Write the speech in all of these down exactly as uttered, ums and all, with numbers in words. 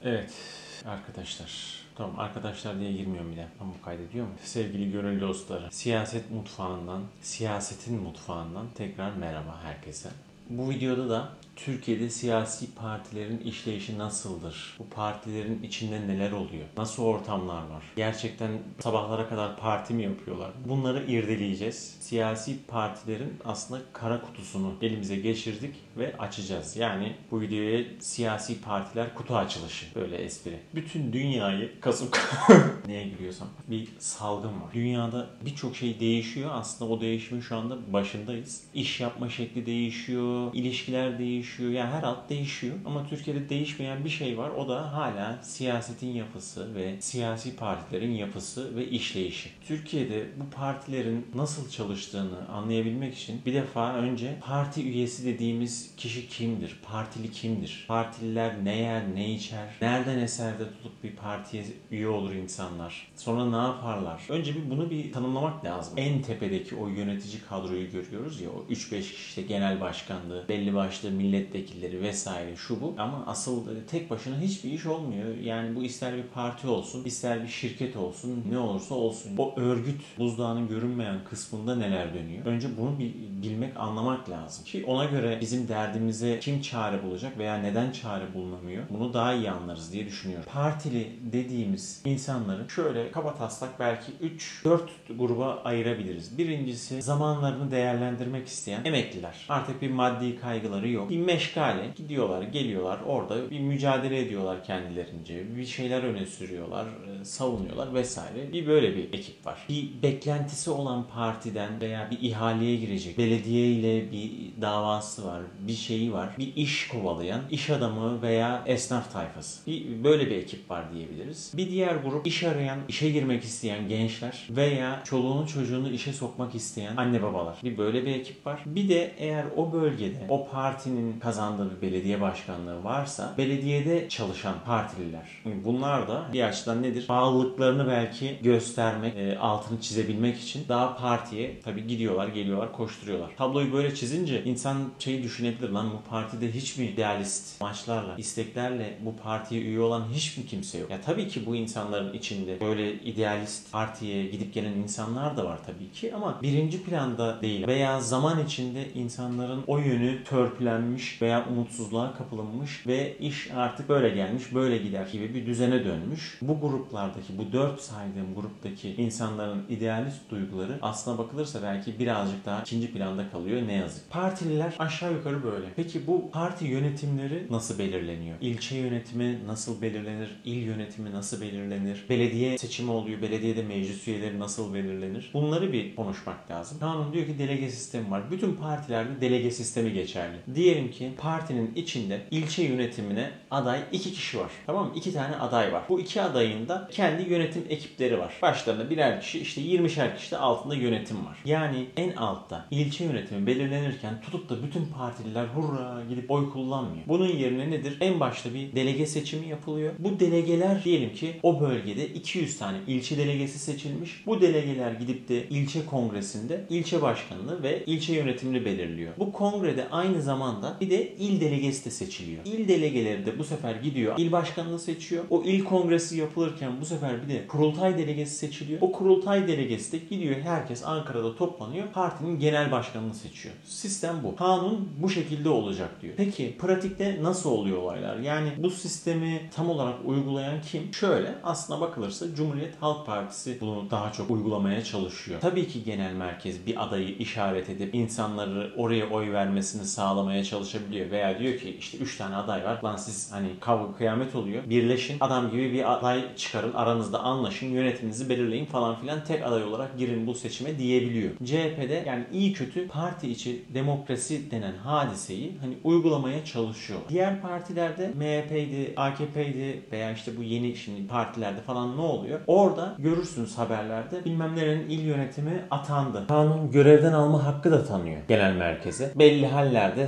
Evet arkadaşlar. Tamam, arkadaşlar diye girmiyorum bile. Ama kaydediyor mu? Sevgili gönül dostları. Siyaset mutfağından, siyasetin mutfağından tekrar merhaba herkese. Bu videoda da Türkiye'de siyasi partilerin işleyişi nasıldır? Bu partilerin içinde neler oluyor? Nasıl ortamlar var? Gerçekten sabahlara kadar parti mi yapıyorlar? Bunları irdeleyeceğiz. Siyasi partilerin aslında kara kutusunu elimize geçirdik ve açacağız. Yani bu videoya siyasi partiler kutu açılışı. Böyle espri. Bütün dünyayı kasıp neye gülüyorsam bir salgın var. Dünyada birçok şey değişiyor. Aslında o değişimin şu anda başındayız. İş yapma şekli değişiyor, ilişkiler değişiyor. Yani her alt değişiyor. Ama Türkiye'de değişmeyen bir şey var. O da hala siyasetin yapısı ve siyasi partilerin yapısı ve işleyişi. Türkiye'de bu partilerin nasıl çalıştığını anlayabilmek için bir defa önce parti üyesi dediğimiz kişi kimdir? Partili kimdir? Partililer ne yer, ne içer? Nereden eserde tutup bir partiye üye olur insanlar? Sonra ne yaparlar? Önce bir bunu bir tanımlamak lazım. En tepedeki o yönetici kadroyu görüyoruz ya, o üç beş kişi işte genel başkanlığı, belli başlı milletvekilleri vesaire şu bu. Ama asıl tek başına hiçbir iş olmuyor. Yani bu ister bir parti olsun, ister bir şirket olsun, ne olursa olsun. O örgüt buzdağının görünmeyen kısmında neler dönüyor? Önce bunu bir bilmek, anlamak lazım. Ki ona göre bizim derdimize kim çare bulacak veya neden çare bulunamıyor? Bunu daha iyi anlarız diye düşünüyorum. Partili dediğimiz insanları şöyle kabataslak belki üç dört gruba ayırabiliriz. Birincisi, zamanlarını değerlendirmek isteyen emekliler. Artık bir maddi kaygıları yok. Bir meşgale gidiyorlar, geliyorlar, orada bir mücadele ediyorlar kendilerince. Bir şeyler öne sürüyorlar, savunuyorlar vesaire. Bir böyle bir ekip var. Bir beklentisi olan partiden veya bir ihaleye girecek, belediye ile bir davası var, bir şeyi var. Bir iş kovalayan iş adamı veya esnaf tayfası. Bir böyle bir ekip var diyebiliriz. Bir diğer grup, iş arayan, işe girmek isteyen gençler veya çoluğunu çocuğunu işe sokmak isteyen anne babalar. Bir böyle bir ekip var. Bir de eğer o bölgede o partinin kazandığı bir belediye başkanlığı varsa belediyede çalışan partililer. Bunlar da bir açıdan nedir? Bağlılıklarını belki göstermek, e, altını çizebilmek için daha partiye tabii gidiyorlar, geliyorlar, koşturuyorlar. Tabloyu böyle çizince insan şeyi düşünebilir, lan bu partide hiç mi idealist amaçlarla, isteklerle bu partiye üye olan hiç mi kimse yok? Ya tabii ki bu insanların içinde böyle idealist partiye gidip gelen insanlar da var tabii ki, ama birinci planda değil. Veya zaman içinde insanların o yönü törpülenmiş veya umutsuzluğa kapılınmış ve iş artık böyle gelmiş, böyle gider gibi bir düzene dönmüş. Bu gruplardaki, bu dört saydığım gruptaki insanların idealist duyguları aslına bakılırsa belki birazcık daha ikinci planda kalıyor ne yazık. Partililer aşağı yukarı böyle. Peki bu parti yönetimleri nasıl belirleniyor? İlçe yönetimi nasıl belirlenir? İl yönetimi nasıl belirlenir? Belediye seçimi oluyor. Belediyede meclis üyeleri nasıl belirlenir? Bunları bir konuşmak lazım. Kanun diyor ki delege sistemi var. Bütün partilerde delege sistemi geçerli. Diyelim ki partinin içinde ilçe yönetimine aday iki kişi var. Tamam mı? İki tane aday var. Bu iki adayın da kendi yönetim ekipleri var. Başlarında birer kişi, işte yirmişer kişi de altında yönetim var. Yani en altta ilçe yönetimi belirlenirken tutup da bütün partililer hurra gidip oy kullanmıyor. Bunun yerine nedir? En başta bir delege seçimi yapılıyor. Bu delegeler, diyelim ki o bölgede iki yüz tane ilçe delegesi seçilmiş. Bu delegeler gidip de ilçe kongresinde ilçe başkanını ve ilçe yönetimini belirliyor. Bu kongrede aynı zamanda bir de il delegesi de seçiliyor. İl delegeleri de bu sefer gidiyor il başkanını seçiyor. O il kongresi yapılırken bu sefer bir de kurultay delegesi seçiliyor. O kurultay delegesi de gidiyor, herkes Ankara'da toplanıyor. Partinin genel başkanını seçiyor. Sistem bu. Kanun bu şekilde olacak diyor. Peki pratikte nasıl oluyor olaylar? Yani bu sistemi tam olarak uygulayan kim? Şöyle, aslına bakılırsa Cumhuriyet Halk Partisi bunu daha çok uygulamaya çalışıyor. Tabii ki genel merkez bir adayı işaret edip insanları oraya oy vermesini sağlamaya çalışabiliyor. Veya diyor ki işte üç tane aday var. Lan siz hani kavga kıyamet oluyor. Birleşin, adam gibi bir aday çıkarın. Aranızda anlaşın. Yönetiminizi belirleyin falan filan. Tek aday olarak girin bu seçime diyebiliyor. C H P'de yani iyi kötü parti içi demokrasi denen hadiseyi hani uygulamaya çalışıyor. Diğer partilerde M H P'ydi, A K P'ydi veya işte bu yeni şimdi partilerde falan ne oluyor? Orada görürsünüz haberlerde, bilmem nerenin il yönetimi atandı. Kanun görevden alma hakkı da tanıyor genel merkeze. Belli hallerde sen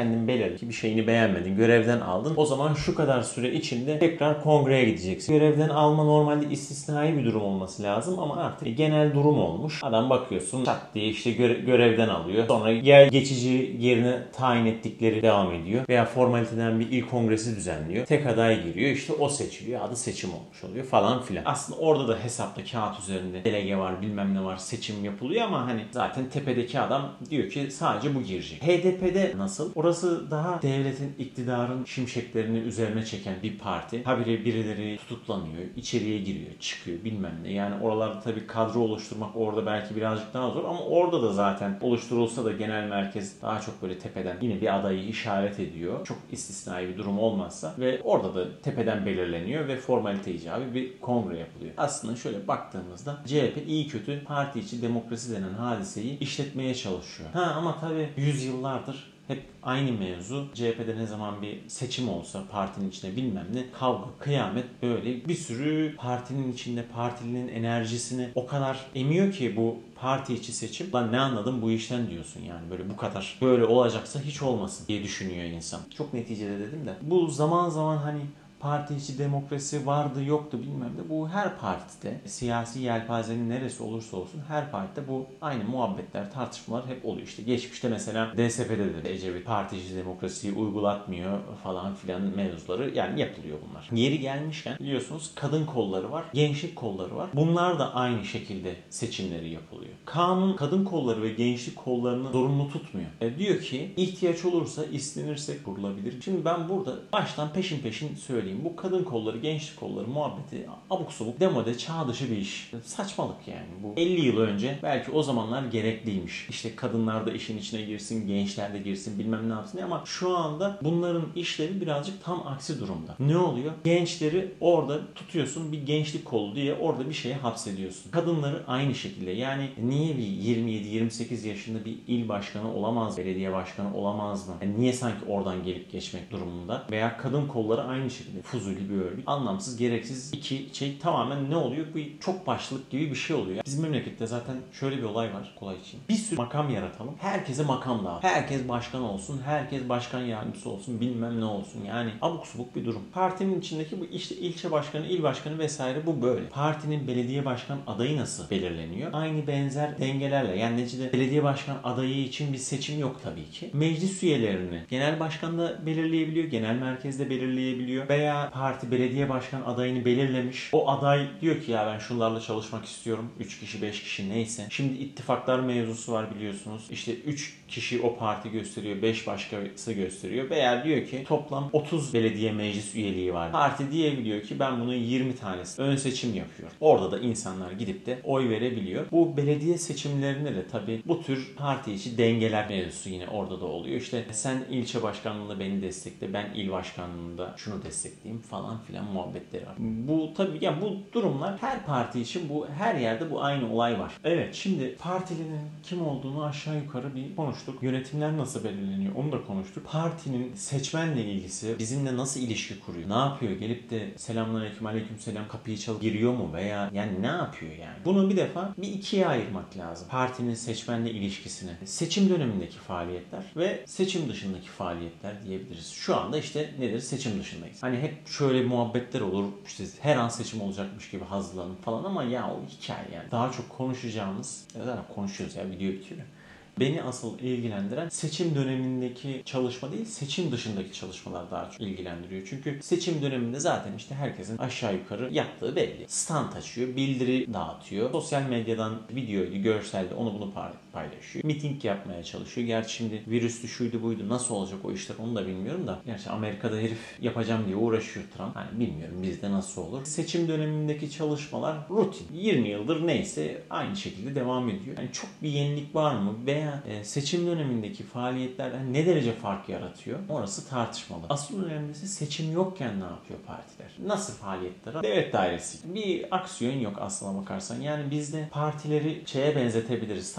kendin belirli ki bir şeyini beğenmedin, görevden aldın. O zaman şu kadar süre içinde tekrar kongreye gideceksin. Görevden alma normalde istisnai bir durum olması lazım ama artık genel durum olmuş. Adam bakıyorsun çat diye işte göre- görevden alıyor. Sonra yer geçici yerine tayin ettikleri devam ediyor. Veya formaliteden bir il kongresi düzenliyor. Tek aday giriyor. İşte o seçiliyor. Adı seçim olmuş oluyor falan filan. Aslında orada da hesapta kağıt üzerinde delege var, bilmem ne var, seçim yapılıyor ama hani zaten tepedeki adam diyor ki sadece bu girecek. H D P'de nasıl? Orası daha devletin, iktidarın şimşeklerini üzerine çeken bir parti. Habire birileri tutuklanıyor, içeriye giriyor, çıkıyor bilmem ne. Yani oralarda tabii kadro oluşturmak orada belki birazcık daha zor ama orada da zaten oluşturulsa da genel merkez daha çok böyle tepeden yine bir adayı işaret ediyor. Çok istisnai bir durum olmazsa ve orada da tepeden belirleniyor ve formalite icabı bir kongre yapılıyor. Aslında şöyle baktığımızda C H P iyi kötü parti içi demokrasi denen hadiseyi işletmeye çalışıyor. Ha ama tabii yüzyıllardır hep aynı mevzu. C H P'de ne zaman bir seçim olsa partinin içinde bilmem ne kavga, kıyamet böyle bir sürü partinin içinde partilinin enerjisini o kadar emiyor ki bu parti içi seçim. Lan ne anladım bu işten diyorsun yani böyle bu kadar. Böyle olacaksa hiç olmasın diye düşünüyor insan. Çok neticede dedim de. Bu zaman zaman hani parti içi demokrasi vardı yoktu bilmem de bu her partide siyasi yelpazenin neresi olursa olsun her partide bu aynı muhabbetler tartışmalar hep oluyor. İşte geçmişte mesela D S P'de de Ecevit parti içi demokrasiyi uygulatmıyor falan filan mevzuları yani yapılıyor bunlar. Yeri gelmişken biliyorsunuz kadın kolları var, gençlik kolları var. Bunlar da aynı şekilde seçimleri yapılıyor. Kanun kadın kolları ve gençlik kollarını zorunlu tutmuyor. E diyor ki ihtiyaç olursa istenirse kurulabilir. Şimdi ben burada baştan peşin peşin söyleyeyim. Bu kadın kolları, gençlik kolları muhabbeti abuk sabuk, demode, çağ dışı bir iş. Saçmalık yani. Bu elli yıl önce belki o zamanlar gerekliymiş. İşte kadınlar da işin içine girsin, gençler de girsin, bilmem ne yapsın ama şu anda bunların işleri birazcık tam aksi durumda. Ne oluyor? Gençleri orada tutuyorsun bir gençlik kolu diye orada bir şeye hapsediyorsun. Kadınları aynı şekilde. Yani niye bir yirmi yedi yirmi sekiz yaşında bir il başkanı olamaz, belediye başkanı olamaz mı? Yani niye sanki oradan gelip geçmek durumunda? Veya kadın kolları aynı şekilde. Fuzuli bir örgüt. Anlamsız, gereksiz iki şey tamamen ne oluyor? Bu çok başlık gibi bir şey oluyor. Bizim memlekette zaten şöyle bir olay var kolay için. Bir sürü makam yaratalım. Herkese makam dağıt. Herkes başkan olsun. Herkes başkan yardımcısı olsun. Bilmem ne olsun. Yani abuk subuk bir durum. Partinin içindeki bu işte ilçe başkanı, il başkanı vesaire bu böyle. Partinin belediye başkan adayı nasıl belirleniyor? Aynı benzer dengelerle. Yani neticede belediye başkan adayı için bir seçim yok tabii ki. Meclis üyelerini genel başkan da belirleyebiliyor. Genel merkezde belirleyebiliyor. Veya parti belediye başkan adayını belirlemiş. O aday diyor ki ya ben şunlarla çalışmak istiyorum. üç kişi beş kişi neyse. Şimdi ittifaklar mevzusu var biliyorsunuz. İşte üç kişi o parti gösteriyor. beş başkası gösteriyor. Veya diyor ki toplam otuz belediye meclis üyeliği var. Parti diyebiliyor ki ben bunu yirmi tanesi ön seçim yapıyorum. Orada da insanlar gidip de oy verebiliyor. Bu belediye seçimlerinde de tabii bu tür parti içi dengeler mevzusu yine orada da oluyor. İşte sen ilçe başkanlığında beni destekle. Ben il başkanlığında şunu destekleyeyim falan filan muhabbetleri var. Bu tabii ya bu durumlar her parti için bu her yerde bu aynı olay var. Evet şimdi partinin kim olduğunu aşağı yukarı bir konuştuk. Yönetimler nasıl belirleniyor onu da konuştuk. Partinin seçmenle ilgisi bizimle nasıl ilişki kuruyor? Ne yapıyor? Gelip de selamünaleyküm aleykümselam kapıyı çalıp giriyor mu veya yani ne yapıyor yani? Bunu bir defa bir ikiye ayırmak lazım. Partinin seçmenle ilişkisini. Seçim dönemindeki faaliyetler ve seçim dışındaki faaliyetler diyebiliriz. Şu anda işte nedir? Seçim dışındayız. Hani hep şöyle muhabbetler olur. İşte her an seçim olacakmış gibi hazırlanın falan ama ya o hikaye yani. Daha çok konuşacağımız, zaten konuşuyoruz ya video bitiyor. Beni asıl ilgilendiren seçim dönemindeki çalışma değil, seçim dışındaki çalışmalar daha çok ilgilendiriyor. Çünkü seçim döneminde zaten işte herkesin aşağı yukarı yaptığı belli. Stand açıyor, bildiri dağıtıyor. Sosyal medyadan videoydu, görseldi, onu bunu paylaşıyor. Miting yapmaya çalışıyor. Gerçi şimdi virüslü şuydu buydu nasıl olacak o işler onu da bilmiyorum da. Gerçi Amerika'da herif yapacağım diye uğraşıyor Trump. Hani bilmiyorum bizde nasıl olur. Seçim dönemindeki çalışmalar rutin. yirmi yıldır neyse aynı şekilde devam ediyor. Yani çok bir yenilik var mı? Veya seçim dönemindeki faaliyetlerden ne derece fark yaratıyor? Orası tartışmalı. Asıl önemlisi seçim yokken ne yapıyor partiler? Nasıl faaliyetler? Devlet dairesi. Bir aksiyon yok aslına bakarsan. Yani bizde partileri şeye benzetebiliriz. Tam sınav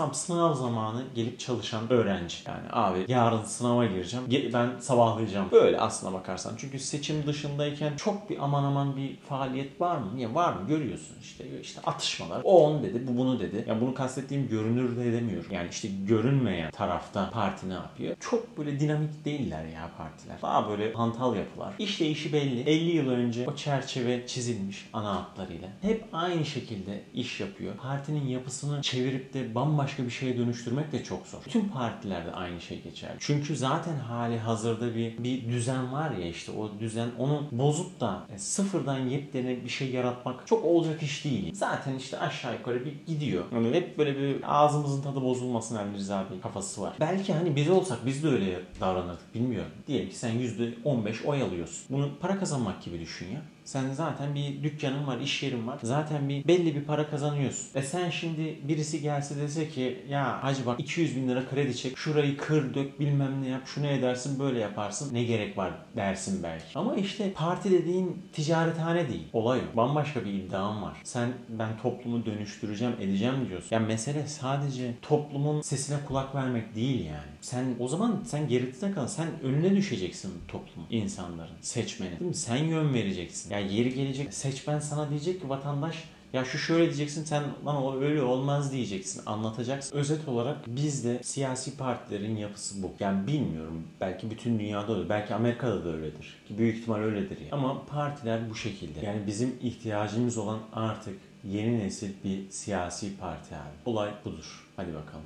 sınav zamanı gelip çalışan öğrenci. Yani abi yarın sınava gireceğim. Ben sabahlayacağım. Böyle aslına bakarsan. Çünkü seçim dışındayken çok bir aman aman bir faaliyet var mı? Niye var mı? Görüyorsun işte. işte atışmalar. O onu dedi, bu bunu dedi. Yani bunu kastettiğim görünür de edemiyorum. Yani işte görünmeyen tarafta parti ne yapıyor? Çok böyle dinamik değiller ya partiler. Daha böyle hantal yapılar. İşleyişi belli. elli yıl önce o çerçeve çizilmiş ana hatlarıyla. Hep aynı şekilde iş yapıyor. Partinin yapısını çevirip de bambaşka bir şeye dönüştürmek de çok zor. Bütün partilerde aynı şey geçerli. Çünkü zaten hali hazırda bir bir düzen var ya, işte o düzen, onu bozup da e, sıfırdan yepyeni bir şey yaratmak çok olacak iş değil. Zaten işte aşağı yukarı bir gidiyor. Yani hep böyle bir ağzımızın tadı bozulmasın Ali Rıza Bey kafası var. Belki hani biz olsak biz de öyle davranırdık, bilmiyorum. Diyelim ki sen yüzde on beş oy alıyorsun. Bunu para kazanmak gibi düşün ya. Sen zaten bir dükkanın var, iş yerin var. Zaten bir belli bir para kazanıyorsun. E sen şimdi birisi gelse dese ki ya hacı bak iki yüz bin lira kredi çek, şurayı kır dök bilmem ne yap, şunu edersin böyle yaparsın, ne gerek var dersin belki. Ama işte parti dediğin ticarethane değil. Olay o. Bambaşka bir iddiam var. Sen ben toplumu dönüştüreceğim edeceğim diyorsun. Ya mesele sadece toplumun sesine kulak vermek değil yani. Sen o zaman sen geride kal. Sen önüne düşeceksin toplumun, insanların, seçmenin. Değil mi? Sen yön vereceksin. Ya yeri gelecek seçmen sana diyecek ki vatandaş ya şu şöyle diyeceksin, sen lan o öyle olmaz diyeceksin, anlatacaksın. Özet olarak bizde siyasi partilerin yapısı bu. Yani bilmiyorum, belki bütün dünyada öyle, belki Amerika'da da öyledir. Ki büyük ihtimal öyledir yani. Ama partiler bu şekilde. Yani bizim ihtiyacımız olan artık yeni nesil bir siyasi parti abi. Olay budur. Hadi bakalım.